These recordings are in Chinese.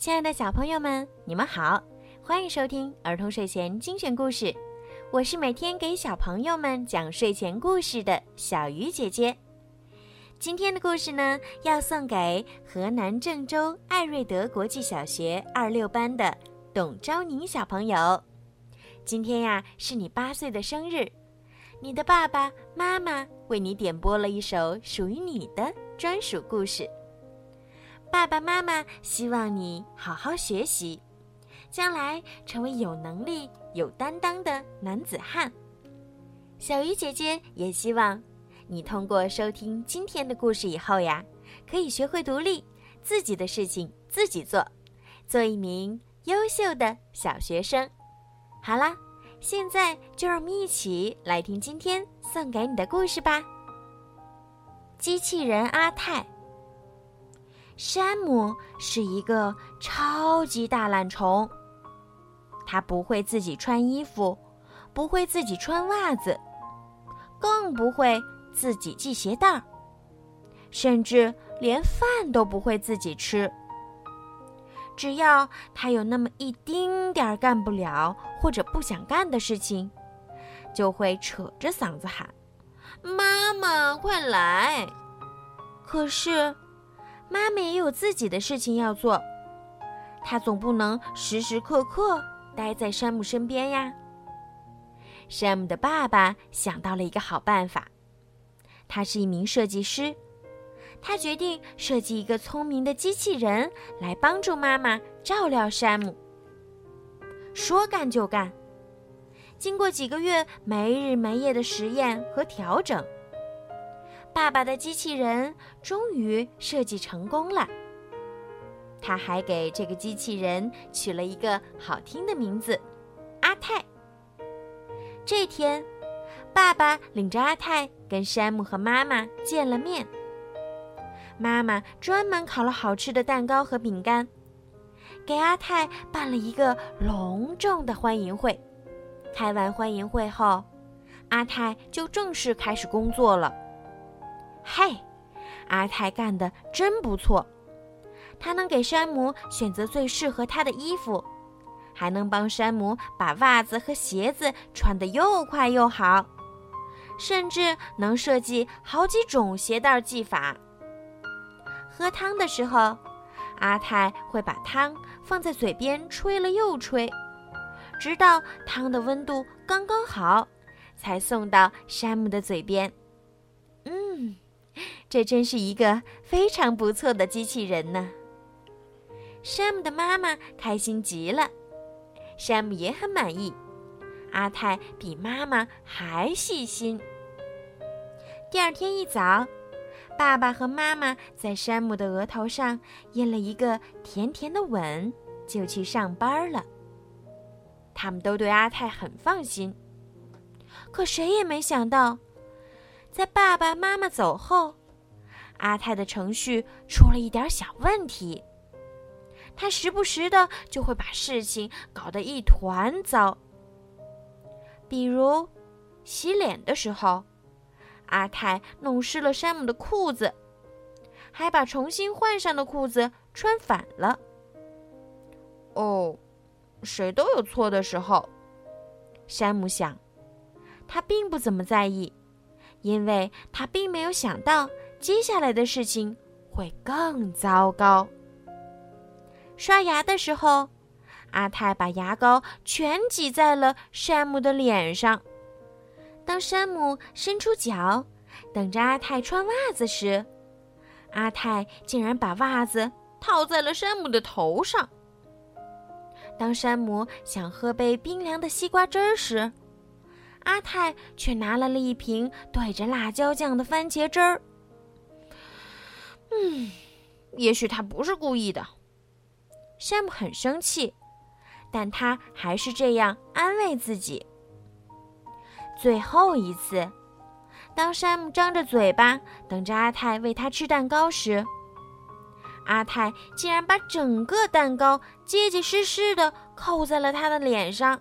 亲爱的小朋友们，你们好，欢迎收听儿童睡前精选故事。我是每天给小朋友们讲睡前故事的小鱼姐姐。今天的故事呢，要送给河南郑州艾瑞德国际小学26班的董昭宁小朋友。今天呀，是你8岁的生日，你的爸爸妈妈为你点播了一首属于你的专属故事。爸爸妈妈希望你好好学习，将来成为有能力、有担当的男子汉。小鱼姐姐也希望你通过收听今天的故事以后呀，可以学会独立，自己的事情自己做，做一名优秀的小学生。好啦，现在就让我们一起来听今天送给你的故事吧。机器人阿泰。山姆是一个超级大懒虫，他不会自己穿衣服，不会自己穿袜子，更不会自己系鞋带，甚至连饭都不会自己吃。只要他有那么一丁点儿干不了或者不想干的事情，就会扯着嗓子喊：妈妈，快来！可是妈妈也有自己的事情要做，她总不能时时刻刻待在山姆身边呀。山姆的爸爸想到了一个好办法，他是一名设计师，他决定设计一个聪明的机器人来帮助妈妈照料山姆。说干就干，经过几个月没日没夜的实验和调整，爸爸的机器人终于设计成功了。他还给这个机器人取了一个好听的名字，阿泰。这天，爸爸领着阿泰跟山姆和妈妈见了面。妈妈专门烤了好吃的蛋糕和饼干，给阿泰办了一个隆重的欢迎会。开完欢迎会后，阿泰就正式开始工作了。嘿，阿泰干得真不错，他能给山姆选择最适合他的衣服，还能帮山姆把袜子和鞋子穿得又快又好，甚至能设计好几种鞋带系法。喝汤的时候，阿泰会把汤放在嘴边吹了又吹，直到汤的温度刚刚好，才送到山姆的嘴边。这真是一个非常不错的机器人呢。山姆的妈妈开心极了，山姆也很满意，阿泰比妈妈还细心。第二天一早，爸爸和妈妈在山姆的额头上印了一个甜甜的吻，就去上班了。他们都对阿泰很放心，可谁也没想到，在爸爸妈妈走后，阿泰的程序出了一点小问题。他时不时的就会把事情搞得一团糟。比如洗脸的时候，阿泰弄湿了山姆的裤子，还把重新换上的裤子穿反了。谁都有错的时候，山姆想。他并不怎么在意，因为他并没有想到接下来的事情会更糟糕。刷牙的时候，阿泰把牙膏全挤在了山姆的脸上。当山姆伸出脚等着阿泰穿袜子时，阿泰竟然把袜子套在了山姆的头上。当山姆想喝杯冰凉的西瓜汁时，阿泰却拿来了一瓶对着辣椒酱的番茄汁儿。也许他不是故意的。山姆很生气，但他还是这样安慰自己。最后一次，当山姆张着嘴巴等着阿泰喂他吃蛋糕时，阿泰竟然把整个蛋糕结结实实地扣在了他的脸上。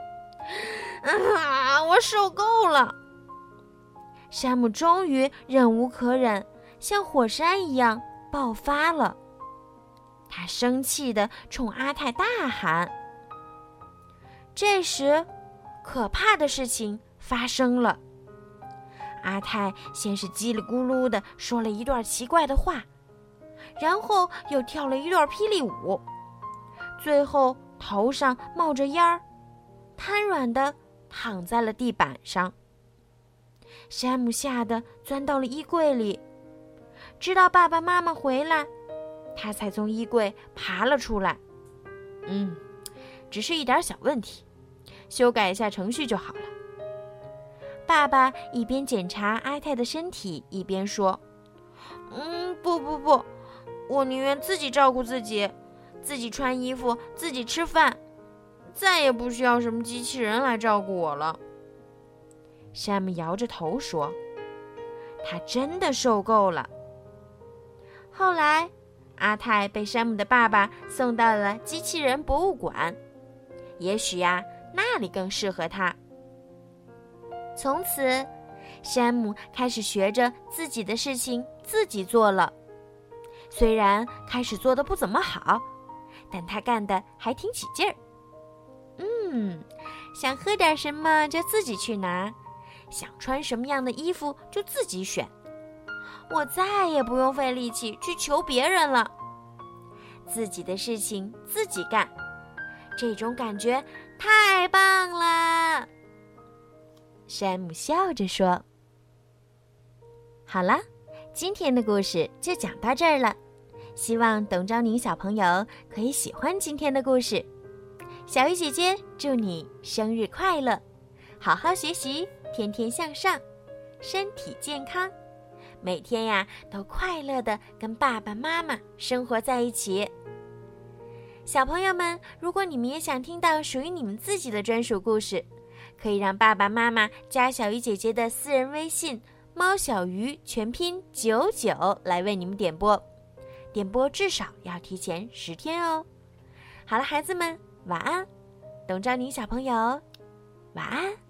我受够了！山姆终于忍无可忍，像火山一样爆发了。 他生气地冲阿泰大喊。这时，可怕的事情发生了。阿泰先是叽里咕噜地说了一段奇怪的话，然后又跳了一段霹雳舞，最后头上冒着烟儿，瘫软地躺在了地板上。山姆吓得钻到了衣柜里，直到爸爸妈妈回来，他才从衣柜爬了出来。只是一点小问题，修改一下程序就好了。爸爸一边检查阿泰的身体，一边说：不，我宁愿自己照顾自己，自己穿衣服，自己吃饭，再也不需要什么机器人来照顾我了。山姆摇着头说，他真的受够了。后来，阿泰被山姆的爸爸送到了机器人博物馆，也许呀，那里更适合他。从此，山姆开始学着自己的事情自己做了。虽然开始做得不怎么好，但他干得还挺起劲儿。想喝点什么就自己去拿，想穿什么样的衣服就自己选。我再也不用费力气去求别人了，自己的事情自己干，这种感觉太棒了。山姆笑着说。好了，今天的故事就讲到这儿了，希望董昭宁小朋友可以喜欢今天的故事。小鱼姐姐祝你生日快乐，好好学习，天天向上，身体健康，每天呀都快乐地跟爸爸妈妈生活在一起。小朋友们，如果你们也想听到属于你们自己的专属故事，可以让爸爸妈妈加小鱼姐姐的私人微信猫小鱼全拼99来为你们点播，点播至少要提前10天哦。好了，孩子们，晚安，董昭宁小朋友，晚安。